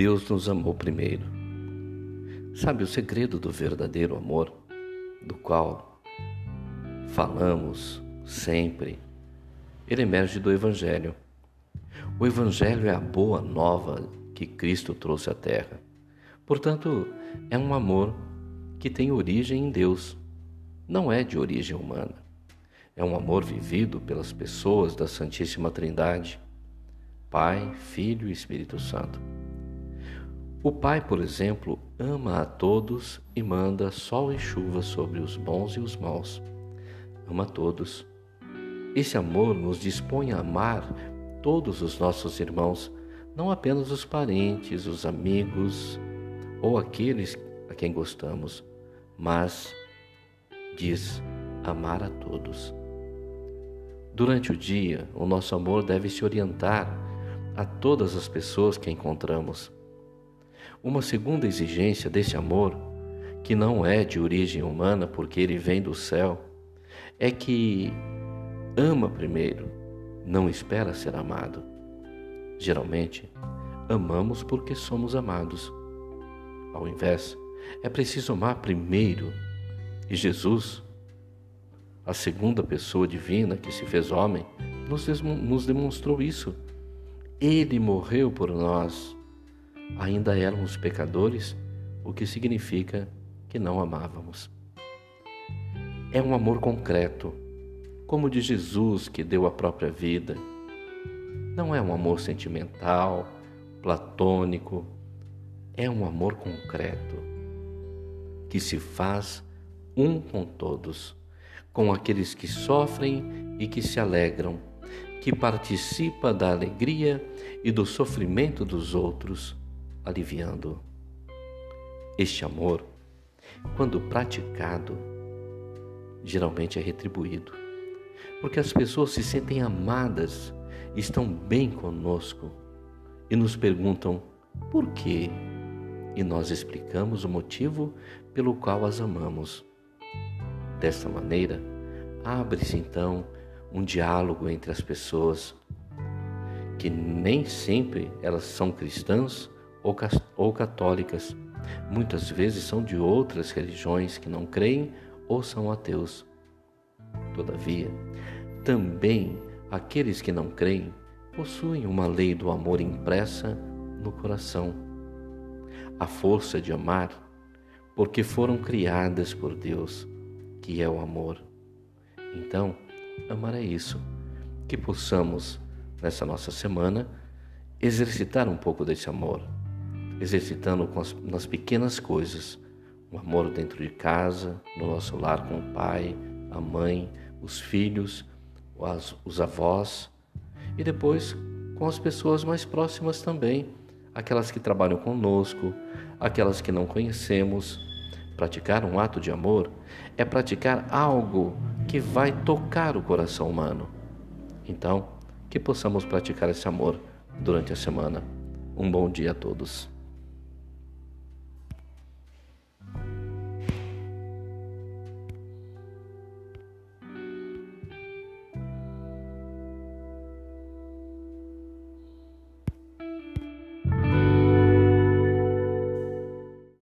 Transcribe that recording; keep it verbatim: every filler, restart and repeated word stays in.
Deus nos amou primeiro. Sabe o segredo do verdadeiro amor, do qual falamos sempre? Ele emerge do Evangelho. O Evangelho é a boa nova que Cristo trouxe à Terra. Portanto, é um amor que tem origem em Deus. Não é de origem humana. É um amor vivido pelas pessoas da Santíssima Trindade, Pai, Filho e Espírito Santo. O Pai, por exemplo, ama a todos e manda sol e chuva sobre os bons e os maus. Ama a todos. Esse amor nos dispõe a amar todos os nossos irmãos, não apenas os parentes, os amigos ou aqueles a quem gostamos, mas diz amar a todos. Durante o dia, o nosso amor deve se orientar a todas as pessoas que encontramos. Uma segunda exigência desse amor, que não é de origem humana porque ele vem do céu, é que ama primeiro, não espera ser amado. Geralmente, amamos porque somos amados. Ao invés, é preciso amar primeiro. E Jesus, a segunda pessoa divina que se fez homem, nos demonstrou isso. Ele morreu por nós. Ainda éramos pecadores, o que significa que não amávamos. É um amor concreto, como o de Jesus, que deu a própria vida. Não é um amor sentimental, platônico, é um amor concreto, que se faz um com todos, com aqueles que sofrem e que se alegram, que participa da alegria e do sofrimento dos outros, aliviando. Este amor, quando praticado, geralmente é retribuído, porque as pessoas se sentem amadas, estão bem conosco e nos perguntam por quê, e nós explicamos o motivo pelo qual as amamos. Desta maneira, abre-se então um diálogo entre as pessoas, que nem sempre elas são cristãs ou católicas, muitas vezes são de outras religiões que não creem ou são ateus. Todavia, também aqueles que não creem possuem uma lei do amor impressa no coração, a força de amar, porque foram criadas por Deus, que é o amor. Então, amar é isso, que possamos, nessa nossa semana, exercitar um pouco desse amor, exercitando com as, nas pequenas coisas, o amor dentro de casa, no nosso lar com o pai, a mãe, os filhos, as, os avós, e depois com as pessoas mais próximas também, aquelas que trabalham conosco, aquelas que não conhecemos. Praticar um ato de amor é praticar algo que vai tocar o coração humano. Então, que possamos praticar esse amor durante a semana. Um bom dia a todos.